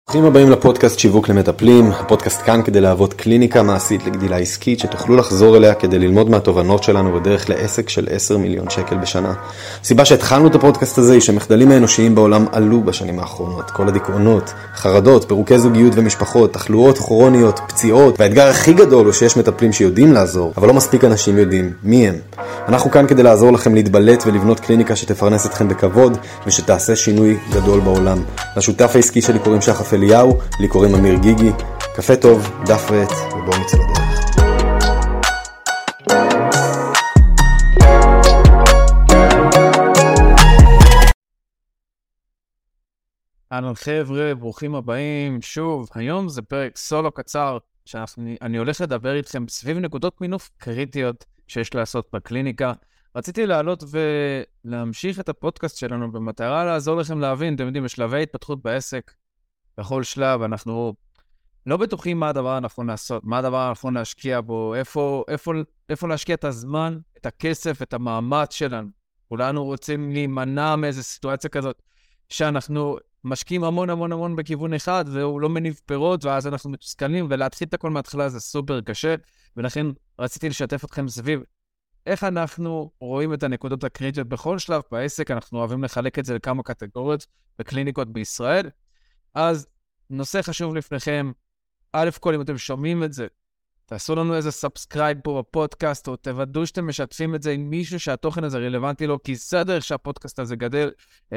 ברוכים הבאים לפודקאסט שיווק למטפלים. הפודקאסט כאן כדי להוות קליניקה מעשית לגדילה עסקית שתוכלו לחזור אליה כדי ללמוד מהתובנות שלנו בדרך לעסק של 10 מיליון שקל בשנה. הסיבה שהתחלנו את הפודקאסט הזה היא שמחדלים האנושיים בעולם עלו בשנים האחרונות. כל הדיכאונות, חרדות, פירוקי זוגיות ומשפחות, תחלואות כרוניות, פציעות, והאתגר הכי גדול הוא שיש מטפלים שיודעים לעזור, אבל לא מספיק אנשים יודעים מי הם. אנחנו כאן כדי לעזור לכם להתבלט ולבנות קליניקה שתפרנס אתכם בכבוד ושתעשה שינוי גדול בעולם. לשותף העסקי שלי קוראים שחף אליהו, לי קוראים אמיר גיגי. קפה טוב, דף ועט, ובואו נצא לדרך. אהלן חבר'ה, ברוכים הבאים. שוב, היום זה פרק סולו קצר שאני הולך לדבר איתכם סביב נקודות מינוף קריטיות שיש לעשות בקליניקה. רציתי לעלות ולהמשיך את הפודקאסט שלנו במטרה לעזור לכם להבין, אתם יודעים, בשלבי התפתחות בעסק, בכל שלב אנחנו לא בטוחים מה הדבר הנכון לעשות, מה הדבר הנכון להשקיע בו, איפה להשקיע את הזמן, את הכסף, את המאמץ שלנו. כולנו רוצים להימנע מאיזו סיטואציה כזאת, שאנחנו משקיעים המון בכיוון אחד, והוא לא מניב פירות, ואז אנחנו מתוסכלים, ולהתחיל את הכל מההתחלה זה סופר קשה, ולכן רציתי לשתף אתכם סביב איך אנחנו רואים את הנקודות הקריטיות בכל שלב בעסק. אנחנו אוהבים לחלק את זה לכמה קטגוריות בקליניקות בישראל. אז נושא חשוב לפניכם, א' כל אם אתם שומעים את זה, תעשו לנו איזה סאבסקרייב פה בפודקאסט, או תוודאו שאתם משתפים את זה עם מישהו שהתוכן הזה רלוונטי לו, כי זה הדרך שהפודקאסט הזה גדל,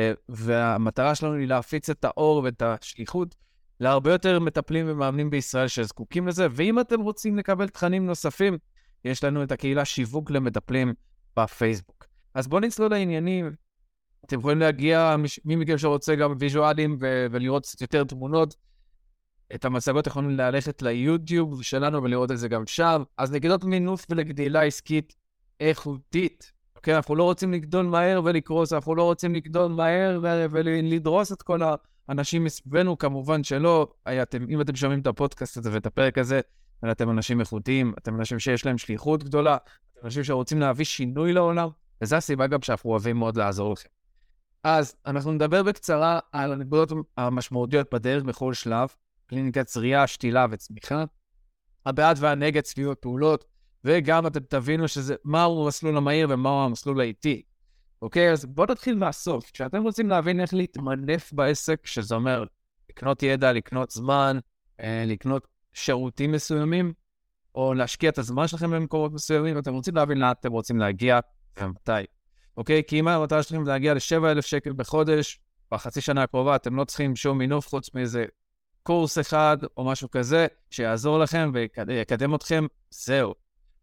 והמטרה שלנו היא להפיץ את האור ואת השליחות להרבה יותר מטפלים ומאמנים בישראל שזקוקים לזה. ואם אתם רוצים לקבל תכנים נוספים, יש לנו את הקהילה שיווק למטפלים בפייסבוק. אז בואו נצלול לעניינים. אתם יכולים להגיע, מי מכם שרוצה גם ויזואלים ולראות קצת יותר תמונות. את המצגות יכולים ללכת ליוטיוב שלנו ולראות את זה גם שם. אז נקודות מינוף ולגדילה עסקית איכותית. אוקיי? אנחנו לא רוצים לגדול מהר ולקרוס, אנחנו לא רוצים לגדול מהר ולדרוס את כל האנשים מסביבנו, כמובן שלא. אם אתם שומעים את הפודקאסט הזה ואת הפרק הזה, אתם אנשים איכותיים, אתם אנשים שיש להם שליחות גדולה, אתם אנשים שרוצים להביא שינוי לעולם, וזו הסיבה גם שאנחנו אוהבים מאוד לעזור לכם. אז אנחנו נדבר בקצרה על הנקודות המשמעותיות בדרך בכל שלב, קליניקת זריעה, שתילה וצמיחה, הבעד והנגד סביב הפעולות, וגם אתם תבינו מהו המסלול המהיר ומהו המסלול האיטי. אוקיי, אז בואו נתחיל מהסוף. כשאתם רוצים להבין איך להתמנף בעסק, שזה אומר לקנות ידע, לקנות זמן, לקנות שירותים מסוימים, או להשקיע את הזמן שלכם במקומות מסוימים, ואתם רוצים להבין לאן אתם רוצים להגיע ומתי. אוקיי? כי אם המטרה שלכם להגיע ל7,000 שקל בחודש, בחצי שנה הקרובה, אתם לא צריכים שום מינוף חוץ מאיזה קורס אחד או משהו כזה, שיעזור לכם ויקדם אתכם, זהו.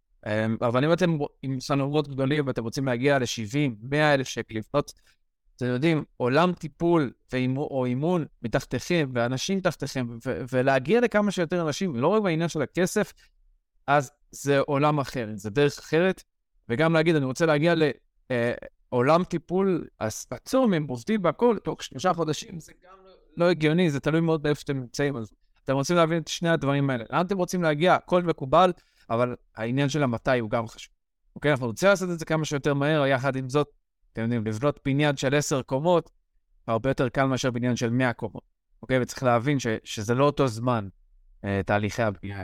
אבל אם אתם עם סנורות גדולים ואתם רוצים להגיע ל70,000-100,000 שקל, לפנות, אתם יודעים, עולם טיפול או אימון מתחתיכם ואנשים תחתיכם, ולהגיע לכמה שיותר אנשים, לא רק בעניין של הכסף, אז זה עולם אחר, זה דרך אחרת. וגם להגיד, אני רוצה להגיע לעולם טיפול עצום, הם עובדים בכל, תוך 3 חודשים, זה גם לא הגיוני, זה תלוי מאוד באיפה אתם נמצאים. אז אתם רוצים להבין את שני הדברים האלה. לאן אתם רוצים להגיע? הכל מקובל, אבל העניין של המתי הוא גם חשוב. אוקיי, אנחנו רוצים לעשות את זה כמה שיותר מהר, יחד עם זאת, אתם יודעים, לבנות בניין של 10 קומות, הרבה יותר קל מאשר בניין של 100 קומות. אוקיי, וצריך להבין שזה לא אותו זמן, תהליכי הבנייה.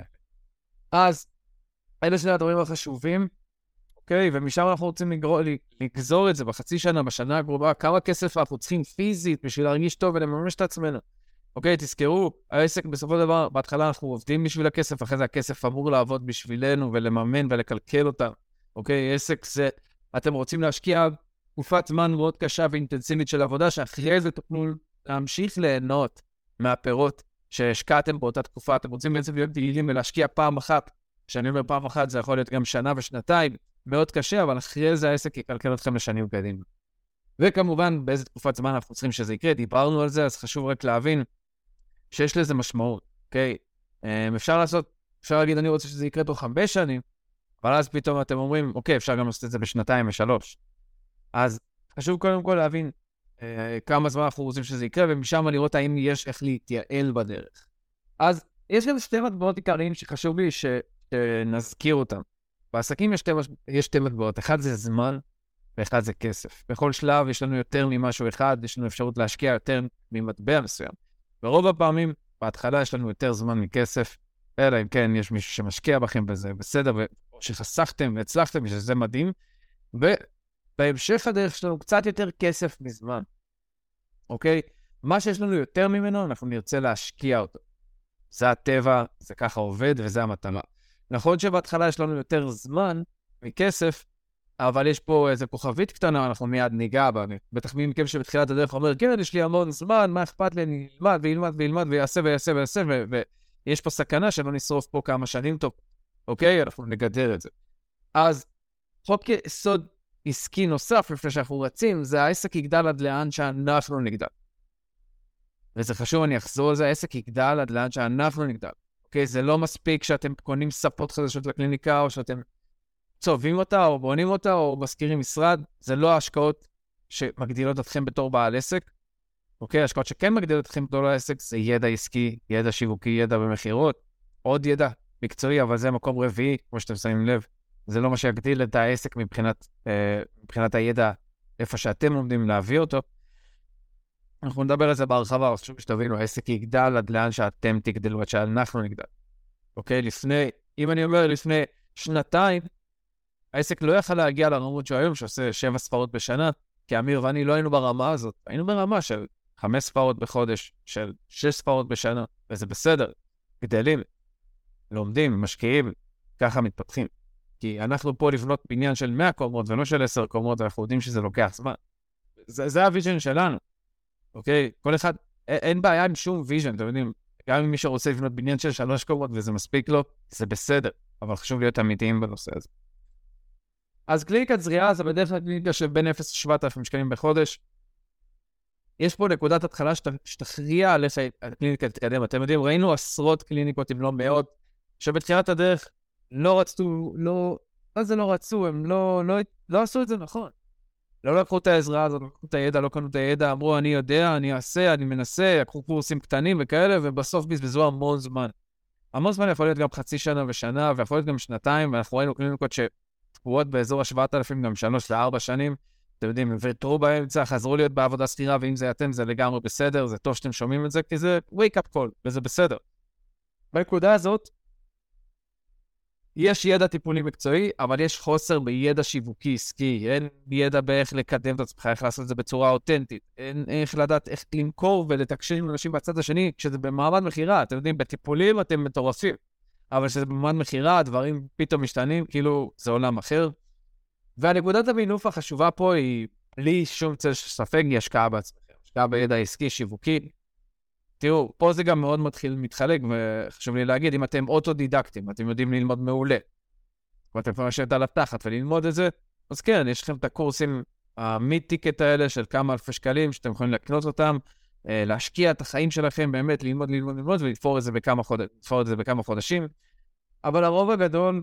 אז, אלה שני הדברים החשובים, אוקיי, ומשם אנחנו רוצים לגזור את זה בחצי שנה, בשנה הקרובה, כמה כסף אנחנו צריכים פיזית בשביל להרגיש טוב ולממש את עצמנו. אוקיי, תזכרו, העסק בסופו של דבר, בהתחלה אנחנו עובדים בשביל הכסף, אחרי זה הכסף אמור לעבוד בשבילנו ולממן ולקלקל אותם. אוקיי, עסק זה, אתם רוצים להשקיע תקופת זמן מאוד קשה ואינטנסיבית של עבודה, שאחרי זה תוכלו להמשיך ליהנות מהפירות שהשקעתם באותה תקופה. אתם רוצים בעצם להיות פעילים ולהשקיע פעם אחת. כשאני אומר פעם אחת, זה יכול להיות גם שנה ושנתיים, מאוד קשה, אבל אחרי זה העסק יקלקל אתכם לשנים קדימה. וכמובן, באיזה תקופת זמן אנחנו צריכים שזה יקרה, דיברנו על זה, אז חשוב רק להבין שיש לזה משמעות, אוקיי? אפשר להגיד, אני רוצה שזה יקרה תוך 5 שנים, אבל אז פתאום אתם אומרים, אוקיי, אפשר גם לעשות את זה בשנתיים ו3. אז חשוב קודם כל להבין כמה זמן אנחנו רוצים שזה יקרה, ומשם לראות האם יש איך להתייעל בדרך. אז יש גם 2 מטבעות עיקריים שחשוב לי שנזכיר אותם. בעסקים יש 2 מטבעות, אחד זה זמן, ואחד זה כסף. בכל שלב יש לנו יותר ממשהו אחד, יש לנו אפשרות להשקיע יותר ממטבע מסוים. ברוב הפעמים בהתחלה יש לנו יותר זמן מכסף, אלא אם כן יש מישהו שמשקיע בכם בזה, בסדר, או שחסכתם והצלחתם, שזה מדהים, ובהמשך הדרך יש לנו קצת יותר כסף מזמן, אוקיי? מה שיש לנו יותר ממנו, אנחנו נרצה להשקיע אותו. זה הטבע, זה ככה עובד, וזה המטרה. נכון שבהתחלה יש לנו יותר זמן מכסף, אבל יש פה איזה כוכבית קטנה, אנחנו מיד ניגע בה. בטח מי מכם שבתחילת הדרך אומר, כן, יש לי המון זמן, מה אכפת לי? אני ילמד ויעשה, ויש פה סכנה שלא נשרוף פה כמה שנים טוב. אוקיי? אנחנו נגדר את זה. אז חוק יסוד עסקי נוסף, לפני שאנחנו רצים, זה העסק יגדל עד לאן שאנחנו נגדל. וזה חשוב, אני אחזור על זה, העסק יגדל עד לאן שאנחנו נגדל. אוקיי? זה לא מספיק שאתם קונים ספות חדשות לקליניקה, או שאתם צובעים אותה, או בונים אותה, או מזכירים משרד. זה לא ההשקעות שמגדילות אתכם בתור בעל עסק. אוקיי? ההשקעות שכן מגדילות אתכם בתור בעל עסק, זה ידע עסקי, ידע שיווקי, ידע במחירות, עוד ידע מקצועי, אבל זה מקום רביעי, כמו שאתם שמים לב. זה לא מה שיגדיל את העסק מבחינת הידע, איפה שאתם עומדים להביא אותו. אנחנו נדבר על זה בהרחבה, אז חשוב שתבינו, העסק יגדל עד לאן שאתם תגדלו, עד שאנחנו נגדל. אוקיי? אם אני אומר לפני שנתיים, העסק לא יכל להגיע לרמות שהיום, שעושה 7 ספרות בשנה, כי אמיר ואני לא היינו ברמה הזאת. היינו ברמה של 5 ספרות בחודש, של 6 ספרות בשנה, וזה בסדר. גדלים, לומדים, משקיעים, ככה מתפתחים. כי אנחנו פה לבנות בניין של 100 קומות, ולא של 10 קומות, ואנחנו יודעים שזה לוקח זמן. זה הוויז'ן שלנו. אוקיי? כל אחד, אין בעיה עם שום ויז'ן, אתם יודעים, גם אם מי שרוצה לבנות בניין של 3 קומות וזה מספיק לו, זה בסדר, אבל חשוב להיות אמיתיים בנושא הזה. אז קליניקת זריעה זה בדרך כלל קליניקה של בין 0 ל-7,000 שקלים בחודש. יש פה נקודת התחלה שתכריע על איך הקליניקה תתקדם. אתם יודעים, ראינו עשרות קליניקות אם לא מאות, שבתחילת הדרך לא רצו, הם לא עשו את זה נכון. לא לקחו את העזרה הזאת, לא לקחו את הידע, לא קנו את הידע, אמרו, אני יודע, אני אעשה, אני מנסה, לקחו קורסים קטנים וכאלה, ובסוף בזבזו המון זמן. המון זמן יכול להיות גם חצי שנה ושנה, ויכול להיות גם שנתיים, ואנחנו ראינו קליניקות שתקועות באזור ה-7,000, גם 3 ו-4 שנים, אתם יודעים, ותראו באמצע, חזרו להיות בעבודה סחירה, ואם זה אתם, זה לגמרי בסדר, זה טוב שאתם שומעים את זה, כי זה wake up call, וזה בסדר. בנקודה הזאת, יש ידע טיפולי מקצועי, אבל יש חוסר בידע שיווקי עסקי, אין ידע באיך לקדם את עצמך, איך לעשות את זה בצורה אותנטית, אין איך לדעת איך למכור ולתקשר עם אנשים בצד השני, כשזה במעמד מחירה, אתם יודעים, בטיפולים אתם מטורפים, אבל כשזה במעמד מחירה, הדברים פתאום משתנים, כאילו זה עולם אחר. והנקודת המינוף החשובה פה היא, בלי שום צל ספק, היא השקעה בעצמכם, השקעה בידע עסקי, שיווקי. תראו, פה זה גם מאוד מתחלק, וחשוב לי להגיד, אם אתם אוטודידקטים, אתם יודעים ללמוד מעולה, ואתם יכולים לשבת על התחת וללמוד את זה, אז כן, יש לכם את הקורסים המיד-טיקט האלה של כמה אלפי שקלים, שאתם יכולים לקנות אותם, להשקיע את החיים שלכם, באמת ללמוד, ולתפור את זה בכמה חודשים. אבל הרוב הגדול,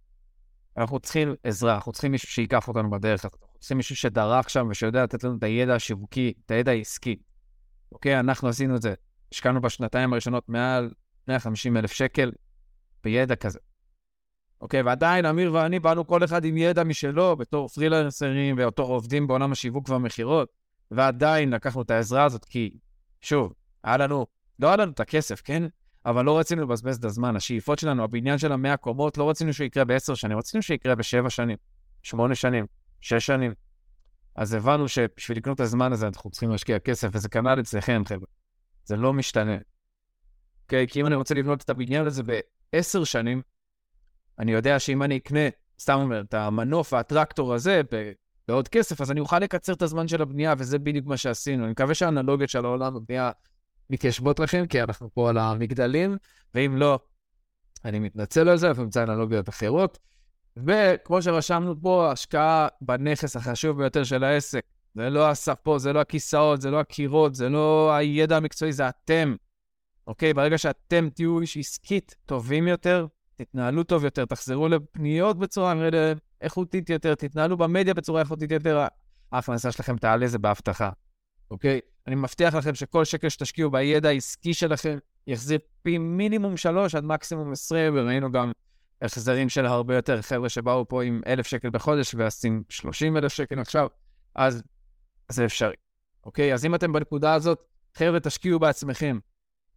אנחנו צריכים עזרה, אנחנו צריכים מישהו שיקח אותנו בדרך, אנחנו צריכים מישהו שדרך שם, ושיודע לתת לנו את הידע השיווקי, את הידע העסקי. אוקיי, אנחנו עשינו את זה. השקענו בשנתיים הראשונות מעל 150,000 שקל בידע כזה. אוקיי, ועדיין אמיר ואני באנו כל אחד עם ידע משלו, בתור פרילנסרים ואותו עובדים בעולם השיווק והמחירות, ועדיין לקחנו את העזרה הזאת, כי שוב, לא היה לנו את הכסף, כן? אבל לא רצינו לבזבז את הזמן. השאיפות שלנו, הבניין של 100 קומות, לא רצינו שיקרה ב10 שנים, רצינו שיקרה ב7 שנים, 8 שנים, 6 שנים. אז הבנו שבשביל לקנות את הזמן הזה, אנחנו צריכים להשקיע כסף, וזה כנ"ל אצלכם, חבר'ה. זה לא משתנה. אוקיי? כי אם אני רוצה לבנות את הבניין הזה ב10 שנים, אני יודע שאם אני אקנה, סתם אומר, את המנוף והטרקטור הזה בעוד כסף, אז אני אוכל לקצר את הזמן של הבנייה, וזה בדיוק מה שעשינו. אני מקווה שהאנלוגיות של העולם הבנייה מתיישבות לכם, כי אנחנו פה על המגדלים, ואם לא, אני מתנצל על זה, ונמצא אנלוגיות אחרות. וכמו שרשמנו פה, השקעה בנכס החשוב ביותר של העסק, זה לא הספות, זה לא הכיסאות, זה לא הקירות, זה לא הידע המקצועי, זה אתם. אוקיי? ברגע שאתם תהיו איש עסקית טובים יותר, תתנהלו טוב יותר, תחזרו לפניות בצורה איכותית יותר, תתנהלו במדיה בצורה איכותית יותר, ההכנסה שלכם תעלה זה בהבטחה. אוקיי? אני מבטיח לכם שכל שקל שתשקיעו בידע העסקי שלכם, יחזיר פי מינימום 3 עד מקסימום 20, וראינו גם החזרים של הרבה יותר חבר'ה שבאו פה עם 1,000 שקל בחודש, ועשים 30,000 שקל עכשיו, אז זה אפשרי. אוקיי? אז אם אתם בנקודה הזאת, חבר'ה תשקיעו בעצמכם.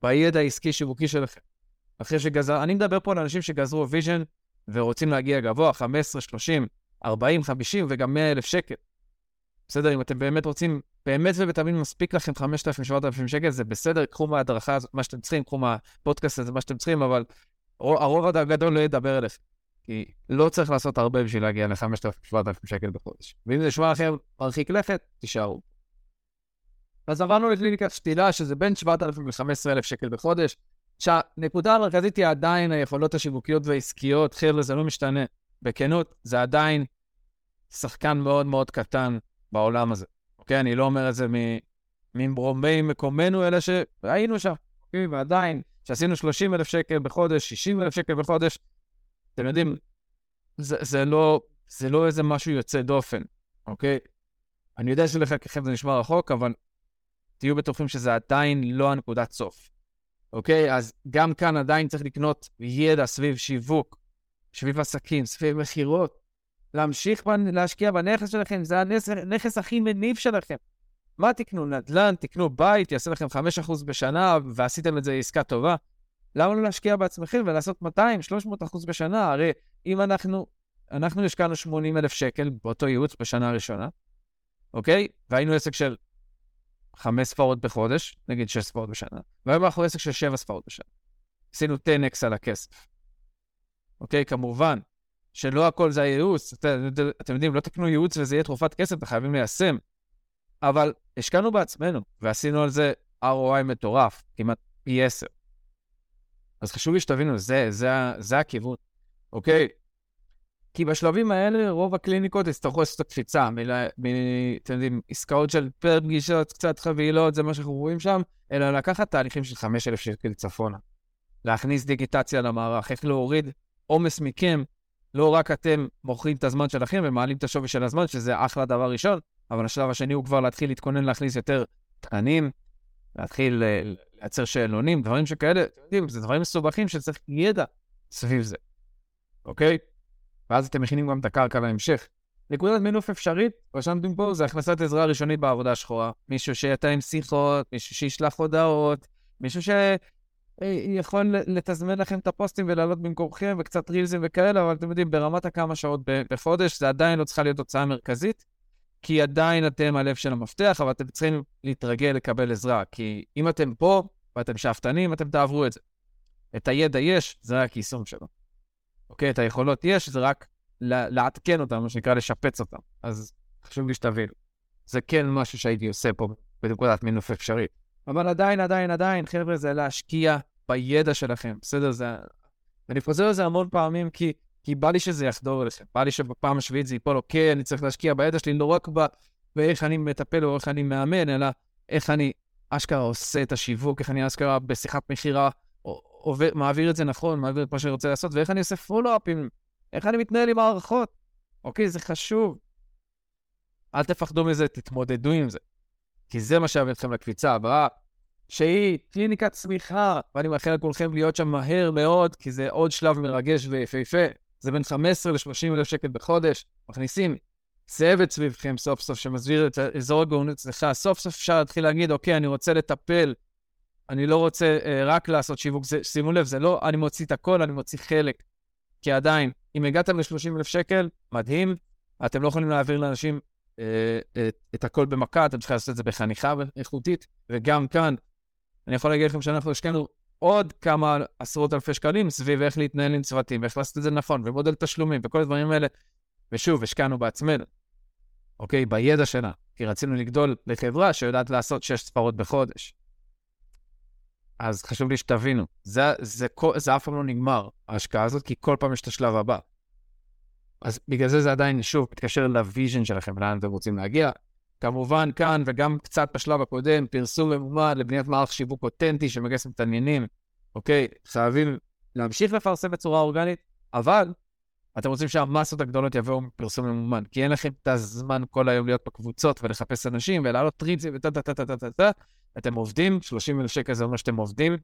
בידע העסקי שיווקי שלכם. אחרי אני מדבר פה על אנשים שגזרו ויז'ן ורוצים להגיע גבוה, 15, 30, 40, 50 וגם 100,000 שקל. בסדר, אם אתם באמת רוצים, באמת ובתמיד מספיק לכם 5,000, 7,000 שקל, זה בסדר, קחו מההדרכה הזאת מה שאתם צריכים, קחו מהפודקאסט הזה מה שאתם צריכים, אבל הרוב הגדול לא ידבר אליך. כי לא צריך לעשות הרבה בשביל להגיע ל-5,000, 7,000 שקל בחודש. ואם זה נשמע לכם מרחיק לכת, תישארו. אז עברנו לקליניקת שתילה, שזה בין 7,000 ל-15,000 שקל בחודש. שהנקודה המרכזית היא עדיין היכולות השיווקיות והעסקיות, חבר'ה, זה לא משתנה. בכנות, זה עדיין שחקן מאוד מאוד קטן בעולם הזה. אוקיי? אני לא אומר את זה ממרומי מקומנו, אלא שהיינו שם. אוקיי? ועדיין, שעשינו 30,000 שקל בחודש, 60,000 שקל בחודש, אתם יודעים, זה לא איזה משהו יוצא דופן. אוקיי? אני יודע שלכם זה נשמע רחוק, אבל תהיו בטוחים שזה עדיין לא הנקודת סוף. אוקיי? אז גם כאן עדיין צריך לקנות ידע סביב שיווק, סביב עסקים, סביב מחירות, להמשיך להשקיע בנכס שלכם, זה הנכס הכי מניב שלכם. מה תקנו? נדל"ן, תקנו בית, יעשה לכם 5% בשנה, ועשיתם את זה עסקה טובה. למה לא להשקיע בעצמכם ולעשות 200-300% בשנה? הרי אם אנחנו השקענו 80,000 שקל באותו ייעוץ בשנה הראשונה, אוקיי? והיינו עסק של 5 ספרות בחודש, נגיד 6 ספרות בשנה, והיום אנחנו עסק של 7 ספרות בשנה. עשינו 10x על הכסף. אוקיי? כמובן, שלא הכל זה הייעוץ. אתם יודעים, לא תקנו ייעוץ וזה יהיה תרופת כסף, אתם חייבים ליישם. אבל השקענו בעצמנו, ועשינו על זה ROI מטורף, כמעט פי 10. אז חשוב לי שתבינו, זה הכיוון. אוקיי? כי בשלבים האלה, רוב הקליניקות יצטרכו לעשות את הקפיצה, אתם יודעים, עסקאות של פר פגישות, קצת חבילות, זה מה שאנחנו רואים שם, אלא לקחת תהליכים של 5,000 שקל צפונה. להכניס דיגיטציה למערך, איך להוריד עומס מכם, לא רק אתם מוכרים את הזמן שלכם ומעלים את השווי של הזמן, שזה אחלה דבר ראשון, אבל השלב השני הוא כבר להתחיל להתכונן להכניס יותר תכנים, להתחיל לייצר שאלונים, דברים שכאלה, אתם יודעים, זה דברים מסובכים שצריך ידע סביב זה. אוקיי? ואז אתם מכינים גם את הקרקע להמשך. נקודת מינוף אפשרית, רשמתם פה, זה הכנסת עזרה ראשונית בעבודה השחורה. מישהו שיתאם שיחות, מישהו שישלח הודעות, מישהו שיכול לתזמן לכם את הפוסטים ולעלות במקומכם, וקצת רילזים וכאלה, אבל אתם יודעים, ברמת הכמה שעות בחודש, זה עדיין לא צריכה להיות הוצאה מרכזית, כי עדיין אתם הלב של המפתח, אבל אתם צריכים להתרגל לקבל עזרה, כי אם אתם פה, ואתם שאפתנים, אתם תעברו את זה. את הידע יש, זה רק יישום שלו. אוקיי, את היכולות יש, זה רק לעדכן אותם, מה שנקרא לשפץ אותם. אז חשוב לי שתבינו. זה כן משהו שהייתי עושה פה בנקודת מינוף אפשרית. אבל עדיין, חבר'ה, זה להשקיע בידע שלכם. בסדר, זה... ואני חוזר לזה המון פעמים, כי בא לי שזה יחדור אליכם. בא לי שבפעם השביעית זה ייפול, אוקיי, אני צריך להשקיע בידע שלי, לא רק באיך אני מטפל או איך אני מאמן, אלא איך אני אשכרה עושה את השיווק, איך אני אשכרה בשיחת מחירה, מעביר את זה נכון, מעביר את מה שאני רוצה לעשות, ואיך אני עושה פולו-אפים, איך אני מתנהל עם הערכות. אוקיי, זה חשוב. אל תפחדו מזה, תתמודדו עם זה. כי זה מה שיביא אתכם לקפיצה הבאה, שהיא קליניקת צמיחה, ואני מאחל לכולכם להיות שם מהר מאוד, כי זה עוד שלב מרגש ויפהפה. זה בין 15 ל-30 אלף שקל בחודש. מכניסים צוות סביבכם סוף סוף, שמסביר את אזור הגאונות אצלך. סוף סוף אפשר להתחיל להגיד, אוקיי, אני רוצה לטפל, אני לא רוצה רק לעשות שיווק, שימו לב, זה לא, אני מוציא את הכל, אני מוציא חלק. כי עדיין, אם הגעתם ל-30,000 שקל, מדהים, אתם לא יכולים להעביר לאנשים את הכל במכה, אתם צריכים לעשות את זה בחניכה איכותית, וגם כאן, אני יכול להגיד לכם שאנחנו השקענו עוד כמה עשרות אלפי שקלים סביב איך להתנהל עם צוותים, ואיך לעשות את זה נכון, ומודל תשלומים, וכל הדברים האלה, ושוב, השקענו בעצמנו, אוקיי, בידע שלה, כי רצינו לגדול לחברה שיודעת לעשות 6 ספרות בחודש. אז חשוב לי שתבינו, זה אף פעם לא נגמר, ההשקעה הזאת, כי כל פעם יש את השלב הבא. אז בגלל זה עדיין, שוב, מתקשר לוויז'ן שלכם, לאן אתם רוצים להגיע. כמובן כאן, וגם קצת בשלב הקודם, פרסום ממומד לבניית מערך שיווק אותנטי שמגייס מתעניינים. אוקיי, חייבים להמשיך לפרסם בצורה אורגנית, אבל אתם רוצים שהמסות הגדולות יבואו מפרסום ממומד, כי אין לכם את הזמן כל היום להיות בקבוצות ולחפש אנשים ולעלות טריצים וטה. אתם עובדים, 30,000 שקל זה אומר שאתם עובדים,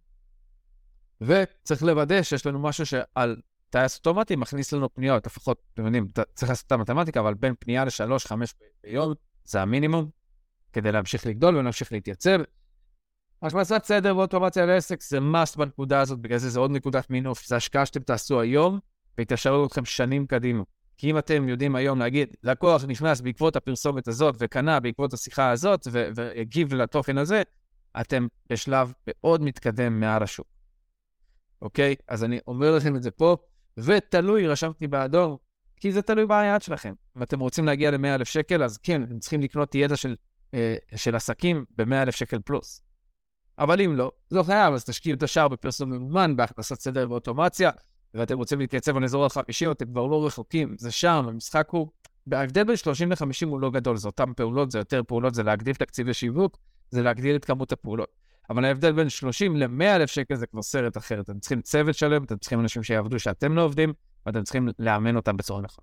וצריך לוודא שיש לנו משהו שעל טייס אוטומטי מכניס לנו פניות, לפחות, אתם יודעים, צריך לעשות את המתמטיקה, אבל בין פנייה ל3-5 ביום, זה המינימום, כדי להמשיך לגדול ולהמשיך להתייצב. השמצת סדר ואוטומציה לעסק זה must בנקודה הזאת, בגלל זה עוד נקודת מינוף, זה השקעה שאתם תעשו היום, והתשארו אתכם שנים קדימה. כי אם אתם יודעים היום להגיד, לקוח נכנס בעקבות הפרסומת הזאת, וקנה בעקבות השיחה הזאת, והגיב לתוכן הזה, אתם בשלב מאוד מתקדם מעל השוק. אוקיי? אז אני אומר לכם את זה פה, ותלוי, רשמתי באדום, כי זה תלוי ביעד שלכם. אם אתם רוצים להגיע ל100,000 שקל, אז כן, אתם צריכים לקנות ידע של עסקים ב100,000 שקל פלוס. אבל אם לא, זה לא חייב, אז תשקיעו את השאר בפרסום ממומן, בהכנסת סדר ואוטומציה, ואתם רוצים להתייצב על אזור ה-50, אתם כבר לא רחוקים, זה שם, המשחק הוא, ההבדל בין 30 ל-50 הוא לא גדול, זה אותם פעולות, זה יותר פעולות, זה להגדיל תקציבי שיווק, זה להגדיל את כמות הפעולות. אבל ההבדל בין 30 ל-100,000 שקל זה כבר סרט אחר, אתם צריכים צוות שלם, אתם צריכים אנשים שיעבדו שאתם לא עובדים, ואתם צריכים לאמן אותם בצורה נכונה.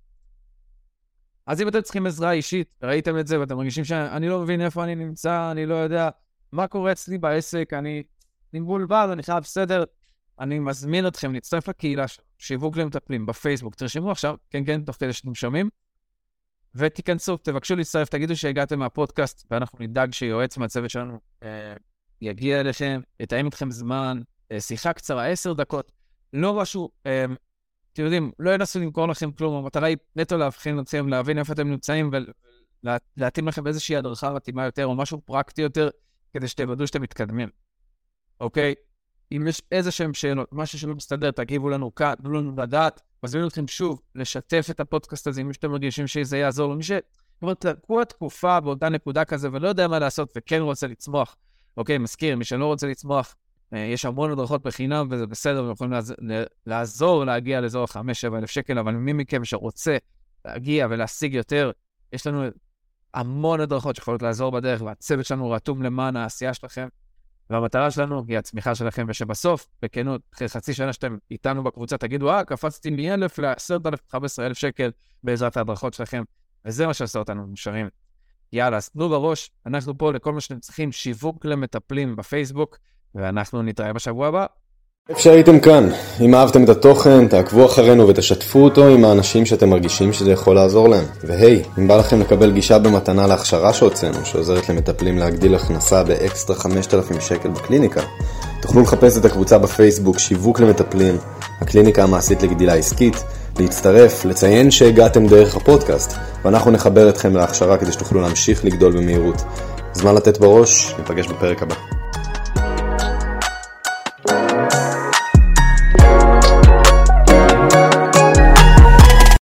אז אם אתם צריכים עזרה אישית, ראיתם את זה, ואתם מרגישים שאני לא מבין איפה אני נמצא, אני לא יודע מה קורה אצלי בעסק, אני מבולבל, אני חייב סדר, אני מזמין אתכם להצטרף לקהילה שיווק למטפלים בפייסבוק, תרשמו עכשיו, כן, תוך כדי שאתם שומעים, ותיכנסו, תבקשו להצטרף, תגידו שהגעתם מהפודקאסט, ואנחנו נדאג שיועץ מהצוות שלנו יגיע אליכם, יתאם איתכם זמן, שיחה קצרה, 10 דקות, לא משהו, אתם יודעים, לא ינסו למכור לכם כלום, המטרה היא נטו להבחין אתכם, להבין איפה אתם נמצאים, ולהתאים לכם איזושהי הדרכה מתאימה יותר, או משהו פרקטי יותר, כדי שתוודאו שאתם מתקדמים. אוקיי? אם יש איזה שהם שאלות, משהו שלא מסתדר, תגיבו לנו כאן, תנו לנו לדעת, מזמין אתכם שוב לשתף את הפודקאסט הזה, אם שאתם מרגישים שזה יעזור למי שכבר תקוע תקופה באותה נקודה כזה, ולא יודע מה לעשות, וכן רוצה לצמוח. אוקיי, מזכיר, מי שלא רוצה לצמוח, יש המון הדרכות בחינם, וזה בסדר, ויכולים לעזור להגיע לאזור 5,000-7,000 שקל, אבל מי מכם שרוצה להגיע ולהשיג יותר, יש לנו המון הדרכות שיכולות לעזור בדרך, והצוות שלנו רתום למען העשייה שלכם, והמטרה שלנו היא הצמיחה שלכם, ושבסוף, בכנות, אחרי חצי שנה שאתם איתנו בקבוצה, תגידו, קפצתי מ1,000 ל10,000-15,000 שקל בעזרת ההדרכות שלכם, וזה מה שעושה אותנו מאושרים. יאללה, אז תנו בראש, אנחנו פה לכל מה שאתם צריכים, שיווק למטפלים בפייסבוק, ואנחנו נתראה בשבוע הבא. שהייתם כאן. אם אהבתם את התוכן, תעקבו אחרינו ותשתפו אותו עם האנשים שאתם מרגישים שזה יכול לעזור להם. והי, אם בא לכם לקבל גישה במתנה להכשרה שהוצאנו, שעוזרת למטפלים להגדיל הכנסה באקסטרה 5,000 שקל בקליניקה, תוכלו לחפש את הקבוצה בפייסבוק שיווק למטפלים, הקליניקה המעשית לגדילה עסקית, להצטרף, לציין שהגעתם דרך הפודקאסט, ואנחנו נחבר אתכם להכשרה כדי שתוכלו להמשיך לגדול במהירות. זמן לתת בראש, ניפגש בפרק הבא.